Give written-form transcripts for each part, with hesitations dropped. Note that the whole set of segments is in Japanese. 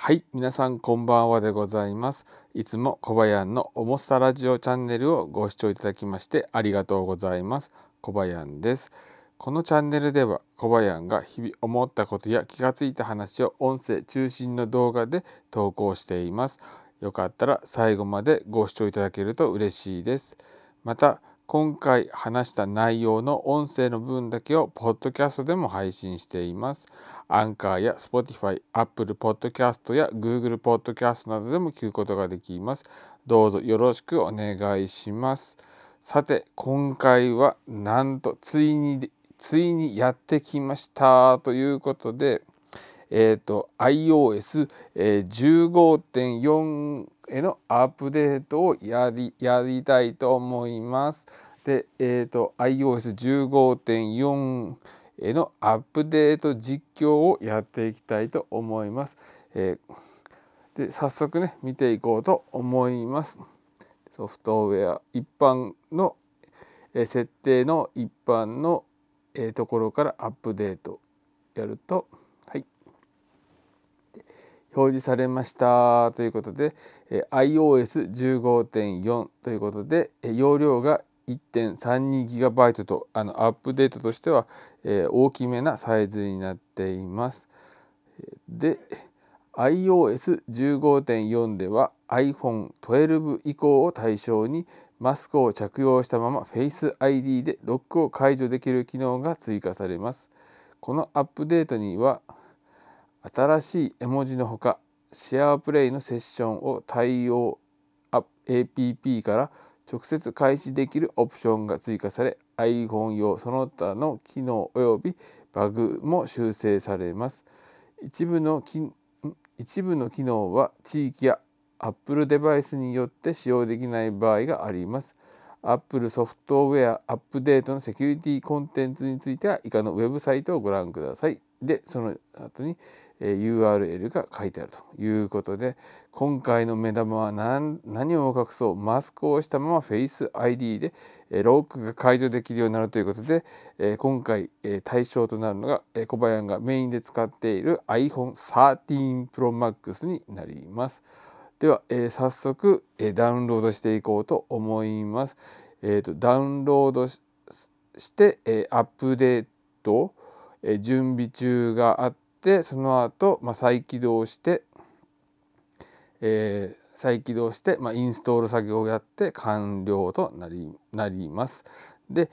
はい、皆さんこんばんはでございます。いつも小林のおもさラジオチャンネルをご視聴いただきましてありがとうございます。小林です。このチャンネルでは小林が日々思ったことや気がついた話を音声中心の動画で投稿しています。よかったら最後までご視聴いただけると嬉しいです。また、今回話した内容の音声の部分だけをポッドキャストでも配信しています。アンカーや Spotify、Apple Podcast や Google Podcast などでも聞くことができます。どうぞよろしくお願いします。さて、今回はなんとついにやってきましたということで、iOS15.4 へのアップデートをやりたいと思います。で、iOS15.4 へのアップデート実況をやっていきたいと思います。で、早速ね、見ていこうと思います。ソフトウェア一般の設定の一般のところからアップデートやると、はい、表示されましたということで、iOS15.4 ということで、容量が 1.32GB とアップデートとしては、大きめなサイズになっています。で、iOS15.4 では iPhone12 以降を対象にマスクを着用したまま Face ID でロックを解除できる機能が追加されます。このアップデートには新しい絵文字のほか、シェアプレイのセッションを対応 APP から直接開始できるオプションが追加され、iPhone 用その他の機能およびバグも修正されます。一部の機能は地域や Apple デバイスによって使用できない場合があります。Apple ソフトウェアアップデートのセキュリティコンテンツについては以下のウェブサイトをご覧ください。で、その後にURL が書いてあるということで、今回の目玉は何を隠そう、マスクをしたまま Face ID でロックが解除できるようになるということで、今回対象となるのが小林がメインで使っている iPhone 13 Pro Max になります。では、早速ダウンロードしていこうと思います。ダウンロードして、アップデート、準備中があって、その後、再起動して、インストール作業をやって完了となります。で、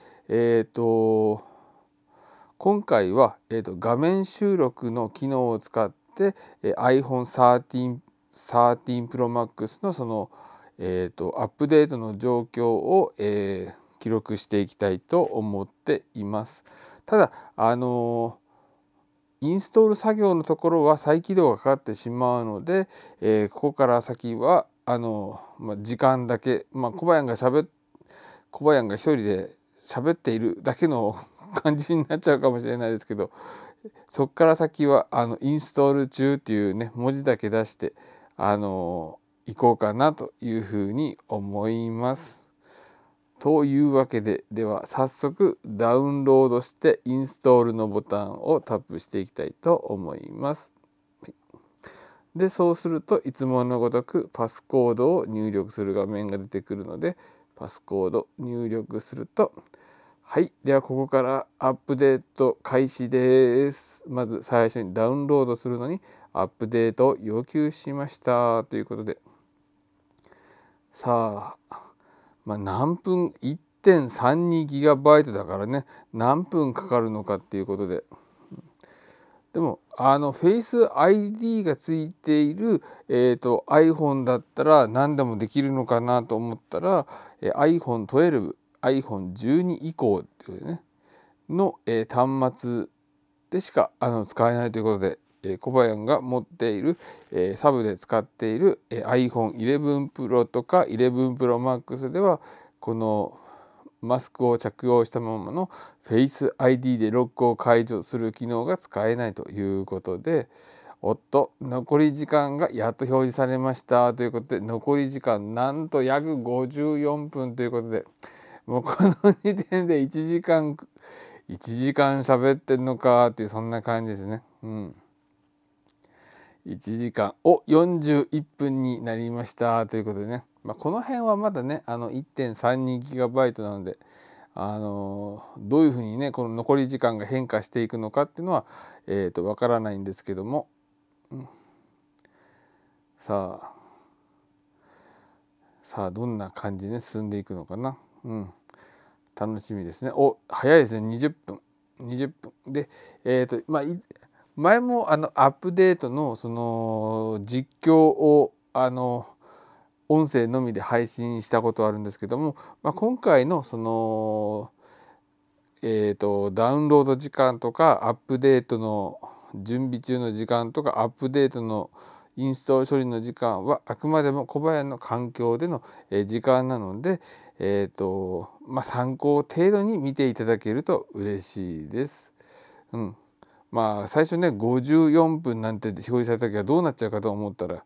今回は、画面収録の機能を使って、iPhone 13 Pro Max のその、アップデートの状況を、記録していきたいと思っています。ただインストール作業のところは再起動がかかってしまうので、ここから先は時間だけ、小林が一人で喋っているだけの感じになっちゃうかもしれないですけど、そこから先はインストール中っていうね文字だけ出して行こうかなというふうに思います。というわけで、では早速ダウンロードしてインストールのボタンをタップしていきたいと思います。で、そうするといつものごとくパスコードを入力する画面が出てくるので、パスコード入力すると、はい、ではここからアップデート開始です。まず最初にダウンロードするのにアップデートを要求しましたということで、さあ、何分 1.32GB だからね、何分かかるのかっていうことで、でもFace ID がついている、iPhone だったら何でもできるのかなと思ったら、iPhone12、iPhone12 以降っていうねの、端末でしか使えないということで、小林が持っている、サブで使っている、iPhone 11 Pro とか11 Pro Max ではこのマスクを着用したままの Face ID でロックを解除する機能が使えないということで、残り時間がやっと表示されましたということで、残り時間なんと約54分ということで、もうこの時点で1時間喋ってんのかっていう、そんな感じですね。 1時間41分になりましたということでね、この辺はまだね1.32GB なのでどういうふうにねこの残り時間が変化していくのかっていうのはわからないんですけども、さあどんな感じで進んでいくのかな、楽しみですね。早いですね。20分で前もアップデートのその実況を音声のみで配信したことあるんですけども、今回のそのダウンロード時間とかアップデートの準備中の時間とかアップデートのインストール処理の時間はあくまでも小林の環境での時間なので、参考程度に見ていただけると嬉しいです。最初ね54分なんて表示された時はどうなっちゃうかと思ったら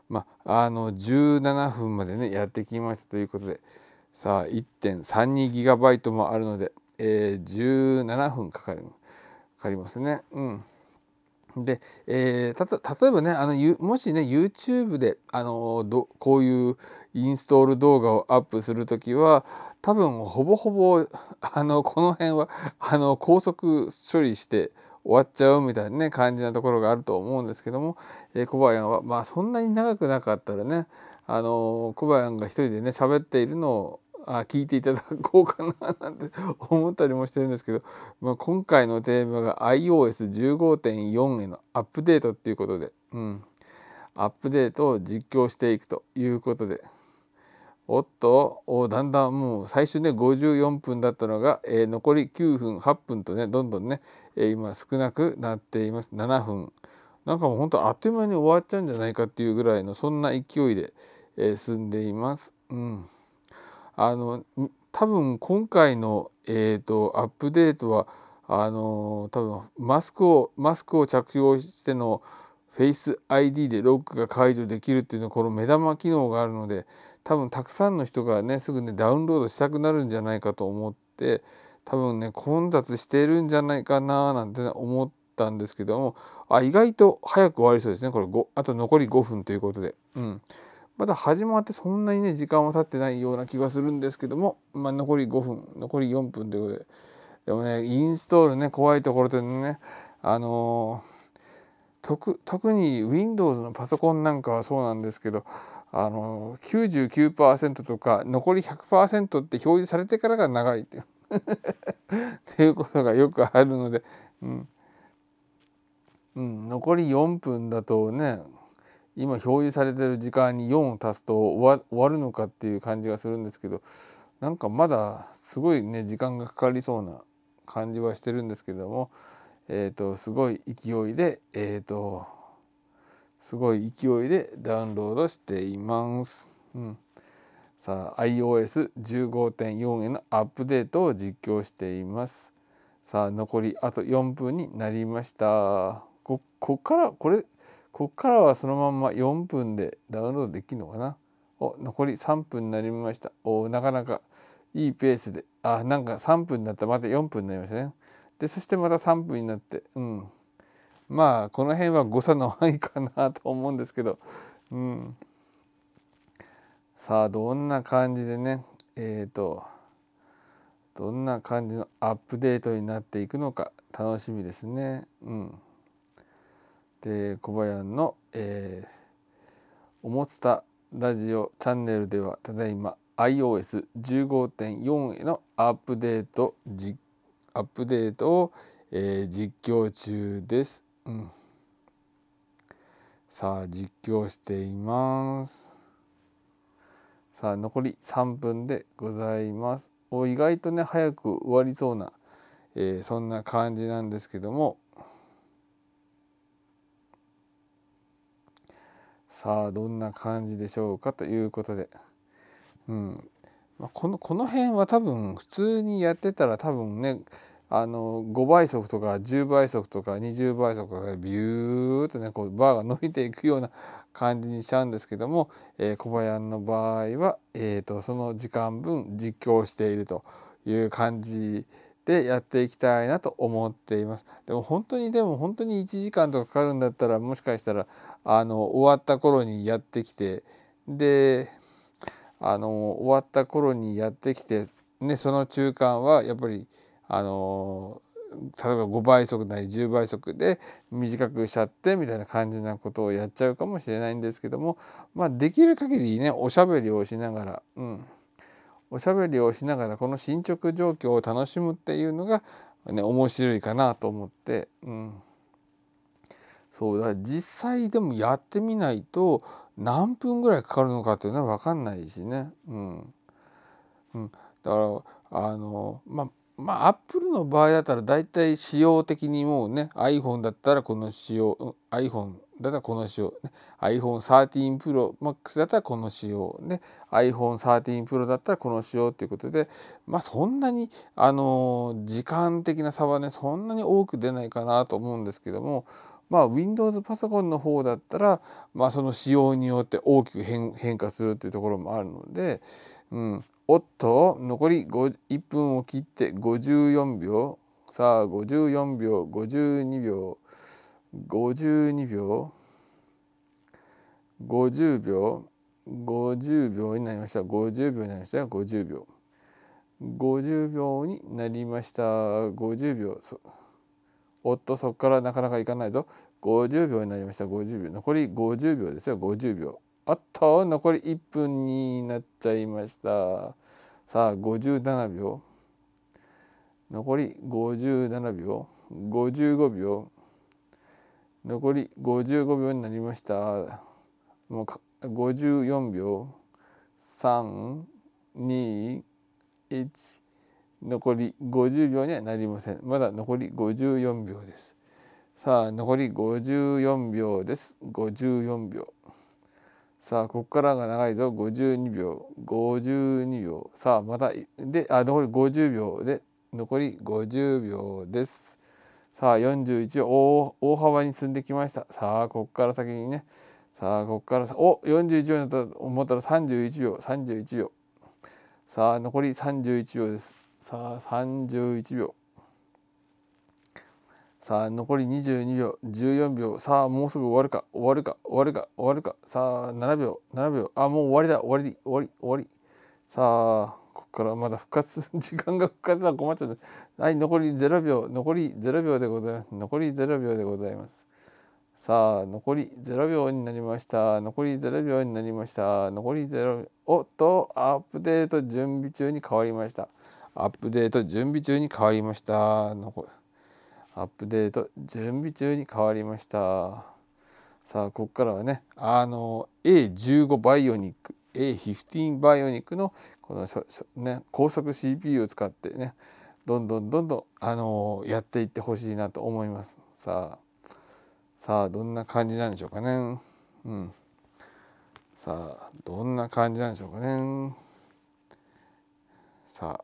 17分までねやってきましたということで、さあ 1.32GB もあるので、17分かかりますね。で、例えばねもしね YouTube でこういうインストール動画をアップするときは多分ほぼほぼこの辺は高速処理して終わっちゃうみたいなね感じなところがあると思うんですけども、小林はそんなに長くなかったらね小林が一人でね喋っているのを聞いていただこうかななんて思ったりもしてるんですけど、今回のテーマが iOS15.4 へのアップデートっていうことで、アップデートを実況していくということで、だんだんもう最初ね54分だったのが、残り9分8分とねどんどんね、今少なくなっています。7分なんかもう本当あっという間に終わっちゃうんじゃないかっていうぐらいのそんな勢いで、進んでいます。多分今回の、アップデートは多分マスクを着用してのフェイス ID でロックが解除できるっていうのはこの目玉機能があるので、多分たくさんの人がねすぐねダウンロードしたくなるんじゃないかと思って、多分ね混雑しているんじゃないかななんて思ったんですけども、意外と早く終わりそうですね。これあと残り5分ということで、まだ始まってそんなにね時間は経ってないような気がするんですけども、残り5分残り4分ということで、でもねインストールね怖いところというのね特に Windows のパソコンなんかはそうなんですけど99% とか残り 100% って表示されてからが長いっていうっていうことがよくあるので、残り4分だとね今表示されてる時間に4を足すと終わるのかっていう感じがするんですけど、なんかまだすごいね時間がかかりそうな感じはしてるんですけども、すごい勢いでダウンロードしています。さあ iOS15.4 へのアップデートを実況しています。さあ残りあと4分になりました。こっからはそのまま4分でダウンロードできるのかな。残り3分になりました。なかなかいいペースでなんか3分になったらまた4分になりましたね。でそしてまた3分になって、この辺は誤差の範囲かなと思うんですけど、さあどんな感じでねどんな感じのアップデートになっていくのか楽しみですね。で小林の、おもつたラジオチャンネルではただいま iOS15.4 へのアップデートを、実況中です。さあ実況しています。さあ残り3分でございます。意外とね早く終わりそうな、そんな感じなんですけども、さあどんな感じでしょうかということで、この辺は多分普通にやってたら多分ね5倍速とか10倍速とか20倍速とかビューッとねこうバーが伸びていくような感じにしちゃうんですけども、小林の場合は、その時間分実況しているという感じでやっていきたいなと思っています。でも本当に1時間とかかかるんだったらもしかしたら終わった頃にやってきて、で終わった頃にやってきて、ね、その中間はやっぱり例えば5倍速なり10倍速で短くしちゃってみたいな感じなことをやっちゃうかもしれないんですけども、できる限りねおしゃべりをしながら、おしゃべりをしながらこの進捗状況を楽しむっていうのが、面白いかなと思って、そうだ、実際でもやってみないと何分ぐらいかかるのかっていうのは分かんないしね。だからアップルの場合だったらだいたい仕様的にもうね iPhone だったらこの仕様、iPhone だったらこの仕様、ね、iPhone13 Pro Max だったらこの仕様、ね、iPhone13 Pro だったらこの仕様っていうことで、そんなに時間的な差はねそんなに多く出ないかなと思うんですけども、Windows パソコンの方だったら、その仕様によって大きく変化するっていうところもあるので、おっと残り1分を切って54秒、さあ54秒52秒52秒50秒50秒になりました。50秒になりました50秒50秒になりました。50秒、おっとそこからなかなかいかないぞ。50秒になりました。50秒、残り50秒ですよ。50秒、あっと残り1分になっちゃいました。さあ57秒、残り57秒55秒、残り55秒になりました。もう54秒321、残り50秒にはなりません。まだ残り54秒です。さあ残り54秒です。54秒、さあここからが長いぞ。52秒52秒、さあまたで残り50秒で、残り50秒です。さあ41を大幅に進んできました。さあここから先にね、さあここから41秒になったと思ったら31秒31秒、さあ残り31秒です。さあ31秒、さあ残り22秒14秒、さあもうすぐ終わるか終わるか終わるか終わるか、さあ7秒7秒、もう終わりだ、終わり終わり終わり。さあここからまだ復活時間が復活は困っちゃう。はい、残り0秒、残り0秒でございます。残り0秒でございます。さあ残り0秒になりました。残り0秒になりました。残り0秒、おっとアップデート準備中に変わりました。アップデート準備中に変わりました。アップデート準備中に変わりました。さあここからはねA15 バイオニック A15 バイオニックのこの高速 CPU を使ってねどんどんやっていってほしいなと思います。さあどんな感じなんでしょうかね。さあどんな感じなんでしょうかね。さ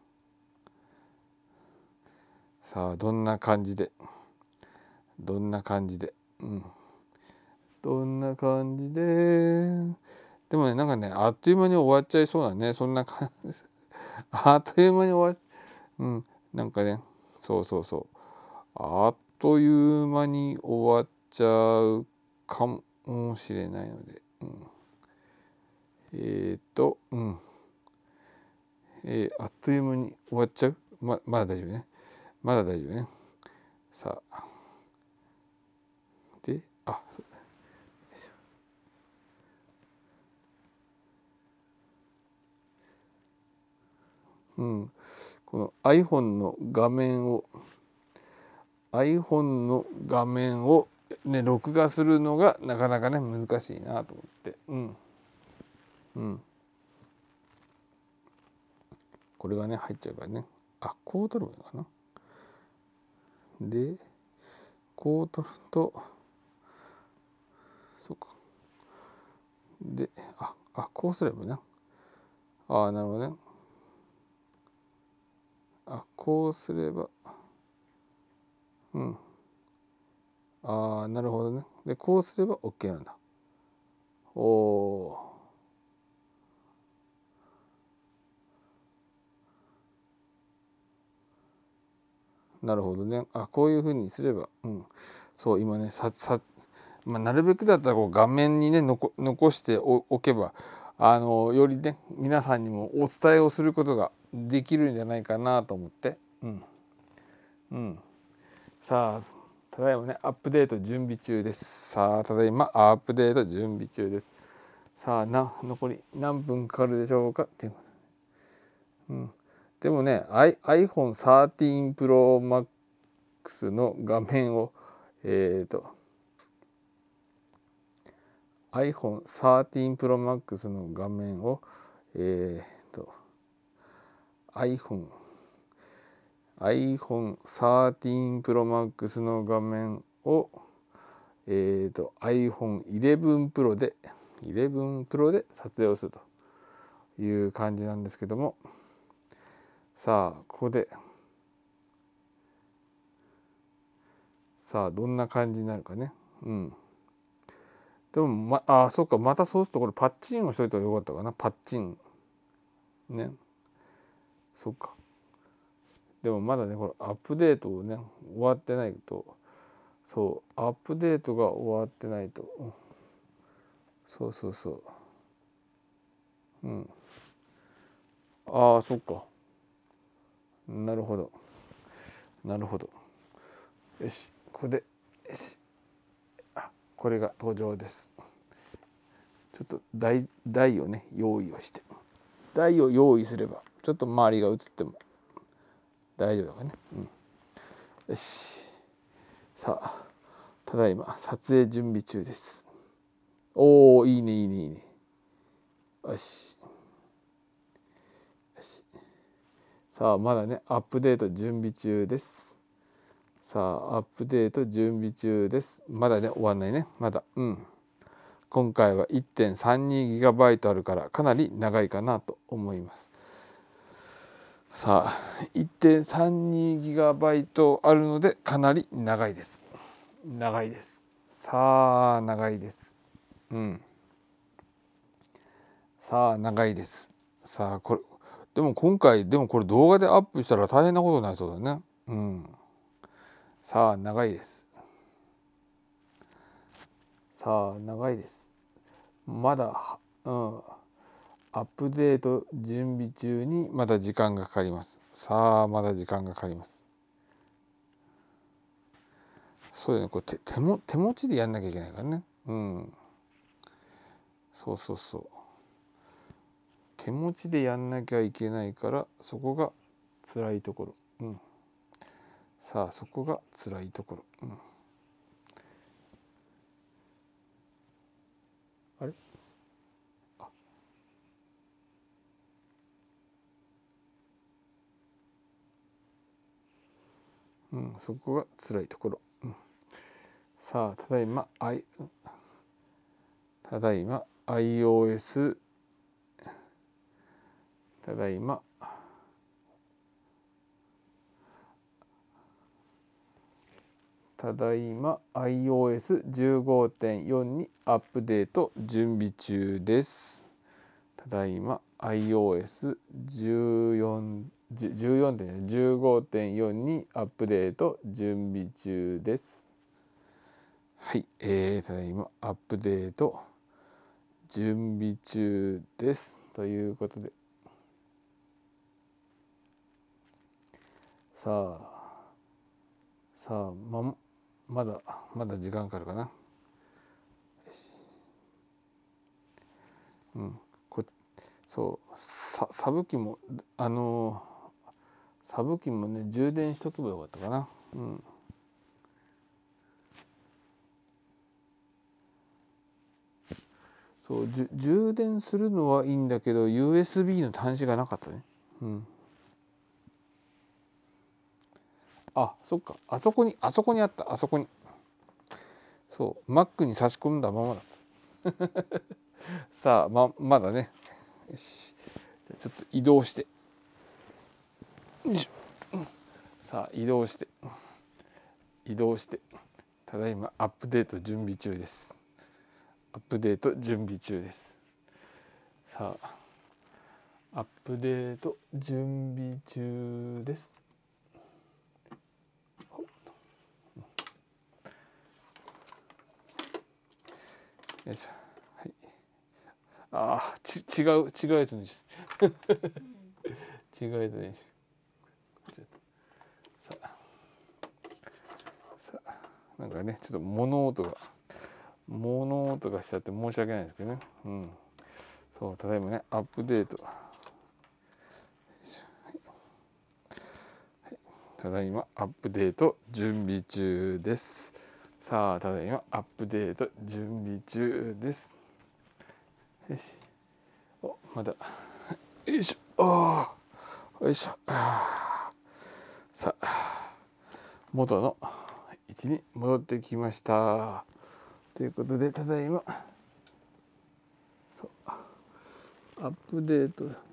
あどんな感じでどんな感じでどんな感じで、でもねなんかねあっという間に終わっちゃいそうだね。そんな感じです。あっという間に終わっなんかね、そうあっという間に終わっちゃうかもしれないので、あっという間に終わっちゃう。まだ大丈夫ね。まだ大丈夫ね。さあでそうこの iPhone の画面をね録画するのがなかなかね難しいなと思って、これがね入っちゃうからね、こう撮るのかな。でこう撮るとそうか、でこうすればね、なるほどね、こうすればなるほどね。でこうすれば OK なんだ。なるほどね。こういうふうにすれば、そう今ねなるべくだったらこう画面にね残しておけばよりね皆さんにもお伝えをすることができるんじゃないかなと思って、さあただいまねアップデート準備中です。さあただいまアップデート準備中です。さあ残り何分かかるでしょうかっていう、でもね iPhone 13 Pro Max の画面をiPhone 13 Pro Max の画面をiPhone 13 Pro Max の画面をiPhone 11 Pro で撮影をするという感じなんですけども、さあここでさあどんな感じになるかね。でもそうか、またそうするとこれパッチンをしといたらよかったかな。パッチンね、そうか。でもまだねこれアップデートをね終わってないと、そうアップデートが終わってないと、そうそっか、なるほどよし、ここでよし、これが登場です。ちょっと台をね用意をして、台を用意すればちょっと周りが映っても大丈夫だからね。よし、さあただいま撮影準備中です。おお、いいね。よしさあまだねアップデート準備中です。さあアップデート準備中です。まだね終わんないね、まだ。今回は 1.32GB あるからかなり長いかなと思います。さあ 1.32GB あるのでかなり長いです。さあ長いです。さあ長いです。さあこれでも今回これ動画でアップしたら大変なことになりそうだね。さあ長いです。まだアップデート準備中にまだ時間がかかります。さあまだ時間がかかります。そうだね、これ手持ちでやんなきゃいけないからね。そう手持ちでやんなきゃいけないから、そこが辛いところ。さあそこが辛いところ。あれそこが辛いところ。さあただいま iOS ただいま iOS15.4 にアップデート準備中です。ただいま iOS15.4 にアップデート準備中です。はい、ただいまアップデート準備中ですということで、さあまだ時間かかるかな。そうサブ機もね充電しとけばよかったかな。そう充電するのはいいんだけど USB の端子がなかったね。そっか、あそこにあった。そう Mac に差し込んだままだったさあまだね。よし、ちょっと移動して、さあ移動してただいまアップデート準備中です。さあアップデート準備中です。 よいしょ。はい。ああ、違うやつにし違うやつにしさあなんかねちょっと物音がしちゃって申し訳ないですけどね。うん。そうただいまねアップデート。ただいまアップデート準備中です。さあただいまアップデート準備中です。よし。おまだよいしょ。ああよいしょ。さあ元の位置に戻ってきましたということでただいまそうアップデートで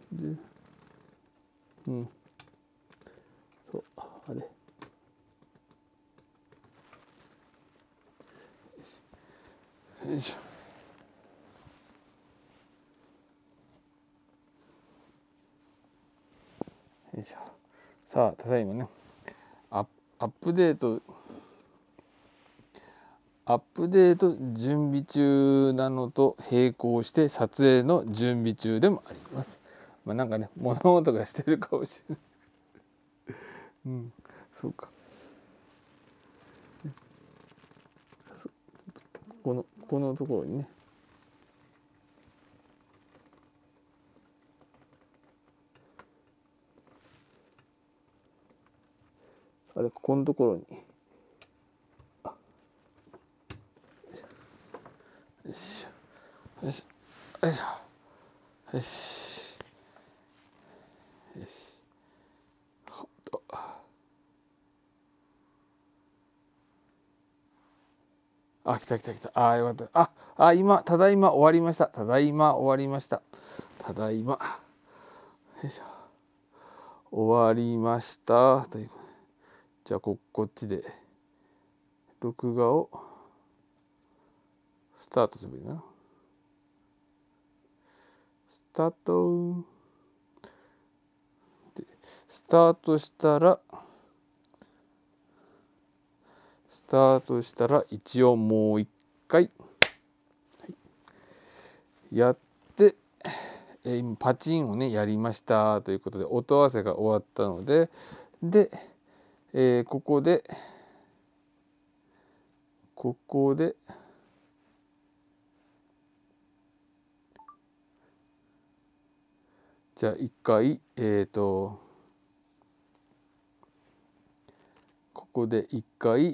そうあれよいしょよいしょ。さあただいまねアップデート準備中なのと並行して撮影の準備中でもあります。なんかね物音がしてるかもしれない。そうか。このところにねここのところによしよしよいしょよしよしほっと来たよかったただいま終わりましたただいまよいしょ終わりましたという。じゃあこっちで録画をスタートすればいいな。スタートでスタートしたら一応もう一回、やって今パチンをねやりましたということで音合わせが終わったのでここでじゃあ一回ここで一回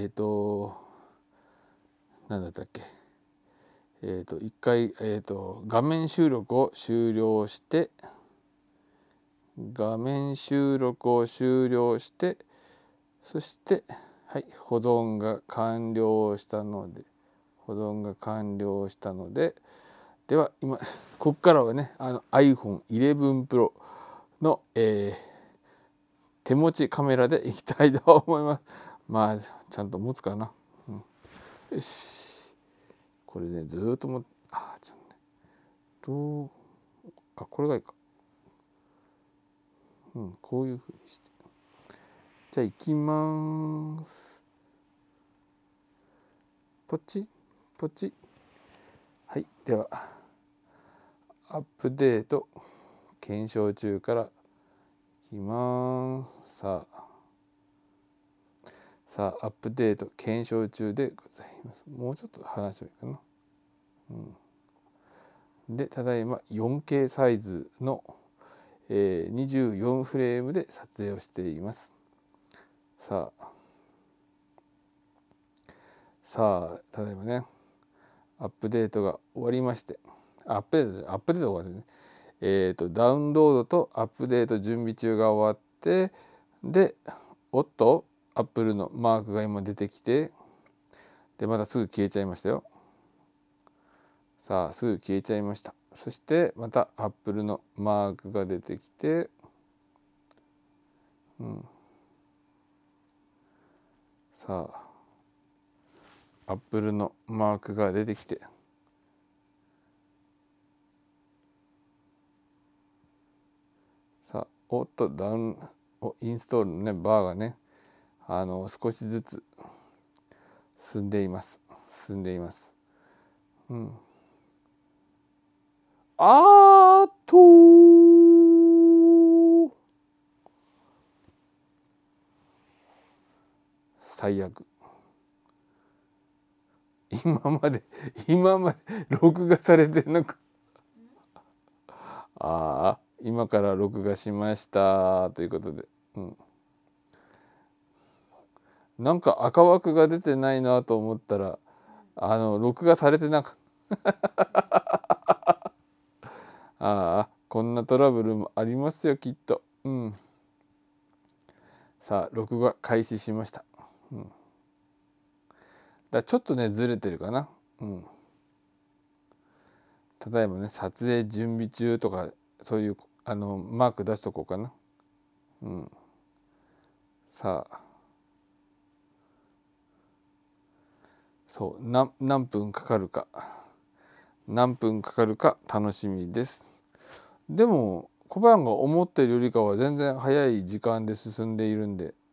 何だったっけ一回画面収録を終了してそしてはい保存が完了したのででは今ここからはねiPhone 11 Pro の、手持ちカメラでいきたいと思います。ちゃんと持つかな。よしこれねずっとこれがいいか。こういうふうにしてじゃあ行きます。ポチはいではアップデート検証中からいきます。さあアップデート検証中でございます。もうちょっと話してもいいかな。でただいま 4K サイズの、24フレームで撮影をしています。さあただいまねアップデートが終わりましてアップデート終わってねダウンロードとアップデート準備中が終わってでアップルのマークが今出てきてでまたすぐ消えちゃいましたよ。さあすぐ消えちゃいました。そしてまたアップルのマークが出てきてさあアップルのマークが出てきてさあインストールのねバーがね少しずつ進んでいます。 うん、あーとー最悪。今まで録画されてなく、今から録画しましたということで、なんか赤枠が出てないなと思ったら録画されてなかったこんなトラブルもありますよきっと。さあ録画開始しました。ちょっとねずれてるかな。例えばね撮影準備中とかそういうマーク出しとこうかな。さあそう何分かかるか楽しみです。でも小判が思っているよりかは全然早い時間で進んでいるんで、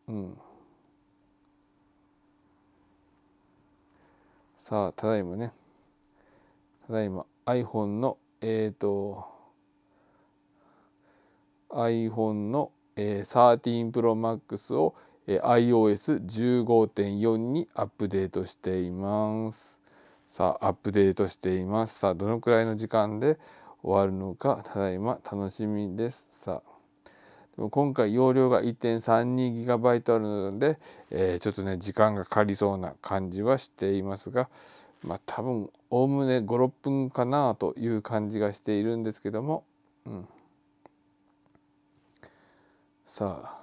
さあただいま iPhone の13 Pro Max をiOS15.4 にアップデートしています。さあどのくらいの時間で終わるのかただいま楽しみです。さあでも今回容量が 1.32GB あるので、ちょっとね時間がかかりそうな感じはしていますが、多分おおむね 5,6 分かなという感じがしているんですけども、さ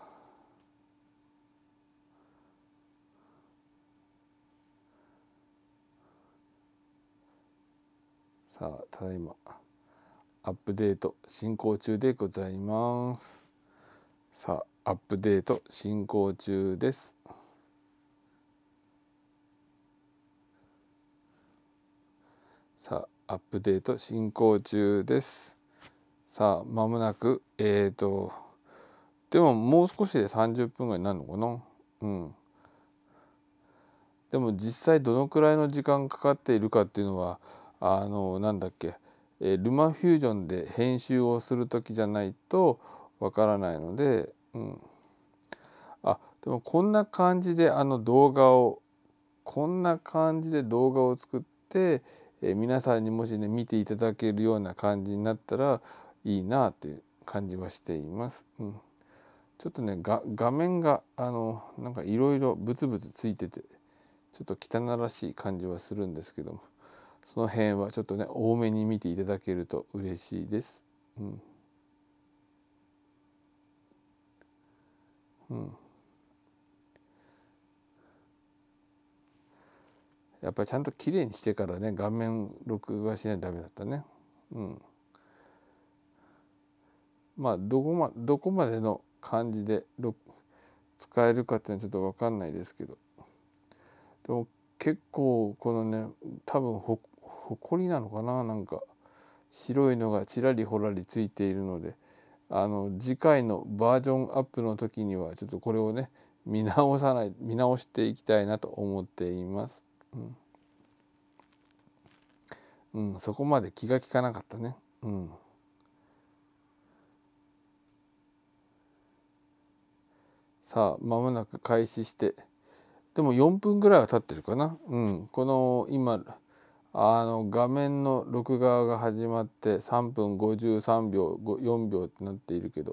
あただいまアップデート進行中でございます。さあアップデート進行中です。さあアップデート進行中です。さあ間もなくでももう少しで30分ぐらいになるのかな。でも実際どのくらいの時間かかっているかっていうのはなんだっけ、ルマフュージョンで編集をする時じゃないとわからないので、でもこんな感じで動画を作って、皆さんにもしね見ていただけるような感じになったらいいなという感じはしています。ちょっとね画面がなんかいろいろブツブツついててちょっと汚らしい感じはするんですけども、その辺はちょっとね多めに見ていただけると嬉しいです。やっぱりちゃんときれいにしてからね画面録画しないとダメだったね。どこまでの感じで使えるかっていうのはちょっと分かんないですけど、でも結構このね多分ほこりなのかな、なんか白いのがちらりほらりついているので次回のバージョンアップの時にはちょっとこれをね見直していきたいなと思っています。そこまで気が利かなかったね。さあ間もなく開始して、でも4分ぐらいは経ってるかな。この今画面の録画が始まって3分53秒4秒ってなっているけど、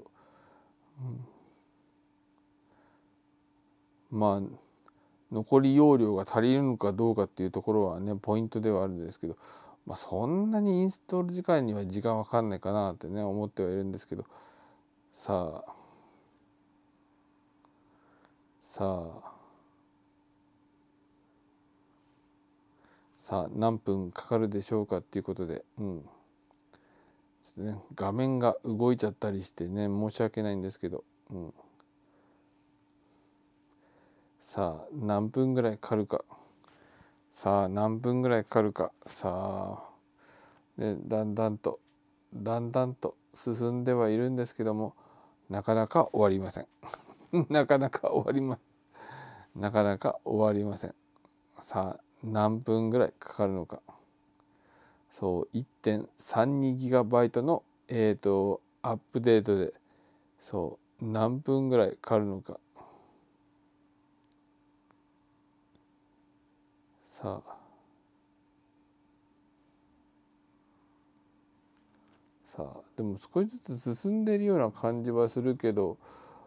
残り容量が足りるのかどうかっていうところはねポイントではあるんですけど、そんなにインストール時間には時間わかんないかなってね思ってはいるんですけど、さあ何分かかるでしょうかっていうことで、ちょっとね画面が動いちゃったりしてね申し訳ないんですけど、さあ何分ぐらいかかるかね、だんだんと進んではいるんですけどもなかなか終わりませんなかなか終わりません。さあ何分ぐらいかかるのか。 1.32GB のアップデートで何分ぐらいかかるのか。でも少しずつ進んでいるような感じはするけど、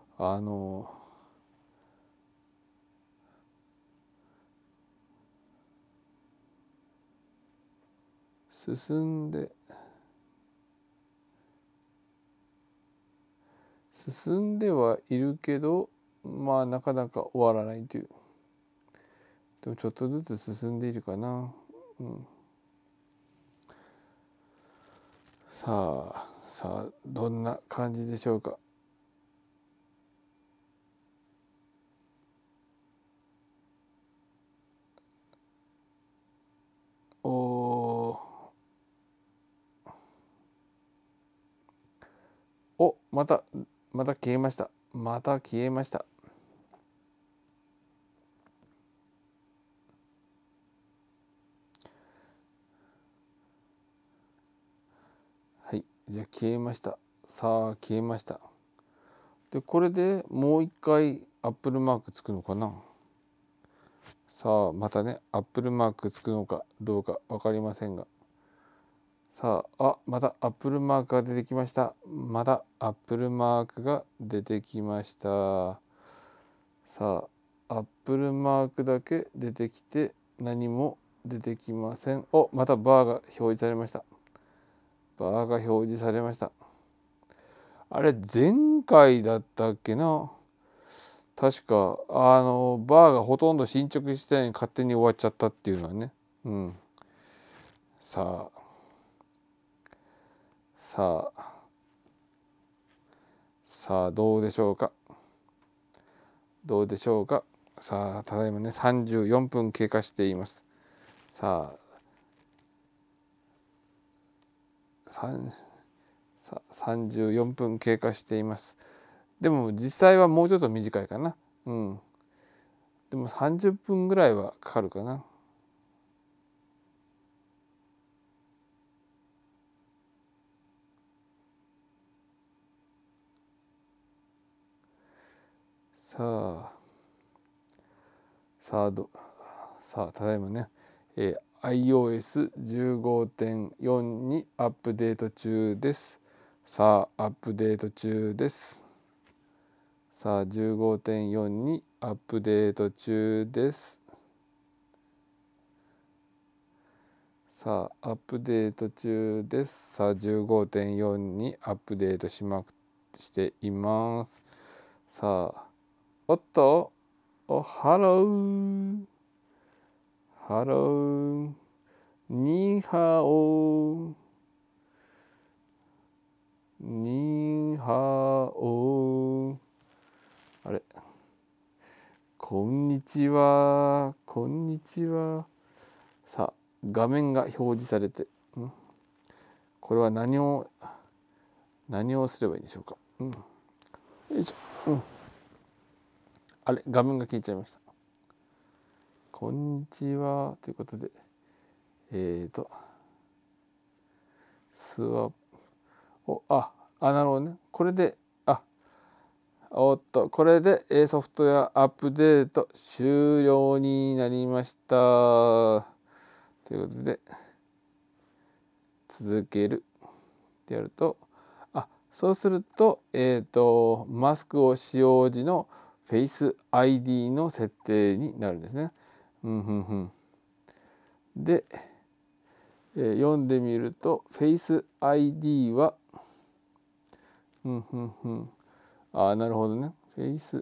進んではいるけど、なかなか終わらないという。でもちょっとずつ進んでいるかな。さあどんな感じでしょうか。また消えました。はい、じゃあ消えました。消えました。でこれでもう一回アップルマークつくのかな。またね、アップルマークつくのかどうか分かりませんが、またアップルマークが出てきました。またアップルマークが出てきました。アップルマークだけ出てきて何も出てきません。またバーが表示されました。あれ前回だったっけな。確かバーがほとんど進捗してないのに勝手に終わっちゃったっていうのはね。さあどうでしょうか。ただいまね34分経過しています。34分経過しています。でも実際はもうちょっと短いかな。でも30分ぐらいはかかるかな。ただいまね、iOS15.4 にアップデート中です。アップデート中です。15.4 にアップデート中です。アップデート中です。15.4 にアップデートしています。ハローニーハオあれ、こんにちは。画面が表示されて、これは何をすればいいんでしょうか。よいしょ。あれ、画面が消えちゃいました。こんにちはということで、スワなるほどね。これでこれでソフトウェアアップデート終了になりました。ということで続けるってやると、そうするとマスクを使用時のフェイス ID の設定になるんですね。で、読んでみるとフェイス ID はなるほどね。フェイス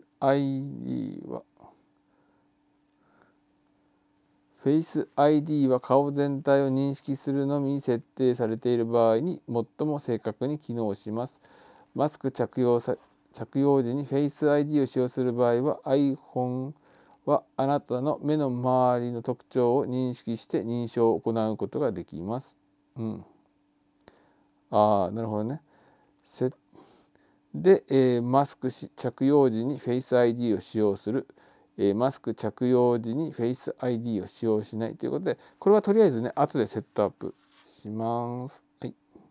ID は顔全体を認識するのみに設定されている場合に最も正確に機能します。マスク着用時にフェイス ID を使用する場合は iPhone はあなたの目の周りの特徴を認識して認証を行うことができます。なるほどね。で、マスク着用時にフェイス ID を使用する。マスク着用時にフェイス ID を使用しないということで、これはとりあえずね後でセットアップします。はい。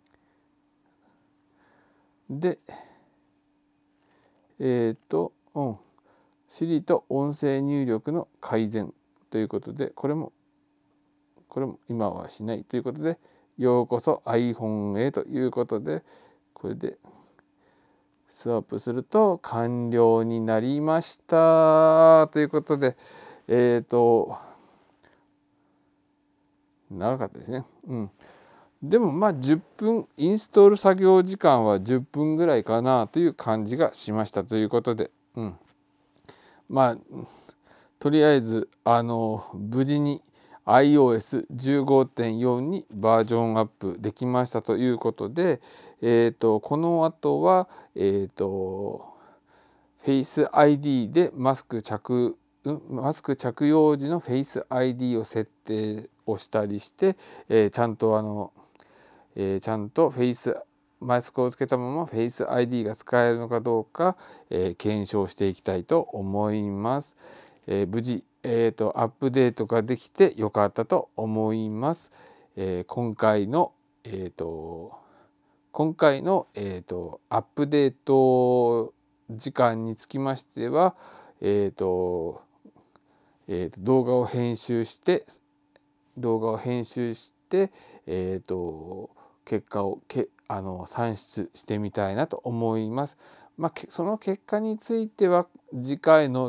で、Siri と音声入力の改善ということで、これも今はしないということで、ようこそ iPhone へということで、これでスワップすると完了になりましたということで、長かったですね。でも10分インストール作業時間は10分ぐらいかなという感じがしましたということで、とりあえず無事に iOS15.4 にバージョンアップできましたということで、この後はFace ID でマスク着用時の Face ID を設定をしたりして、ちゃんとマスクをつけたまま Face ID が使えるのかどうか、検証していきたいと思います。無事、アップデートができてよかったと思います。今回のアップデート時間につきましては、動画を編集して、結果を算出してみたいなと思います。その結果については次回の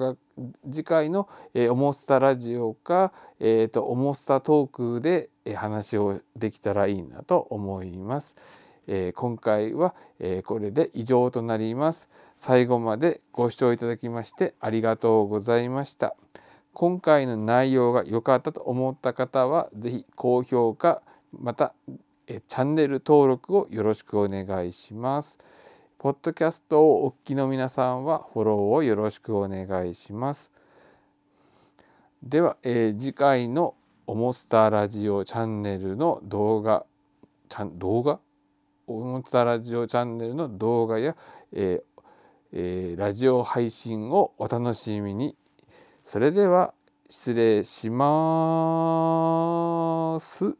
おもスタラジオか、おもスタトークで話をできたらいいなと思います。今回はこれで以上となります。最後までご視聴いただきましてありがとうございました。今回の内容が良かったと思った方はぜひ高評価、またチャンネル登録をよろしくお願いします。ポッドキャストをお聞きの皆さんはフォローをよろしくお願いします。では、次回のおもスタラジオチャンネルの動画おもスタラジオチャンネルの動画や、ラジオ配信をお楽しみに。それでは失礼します。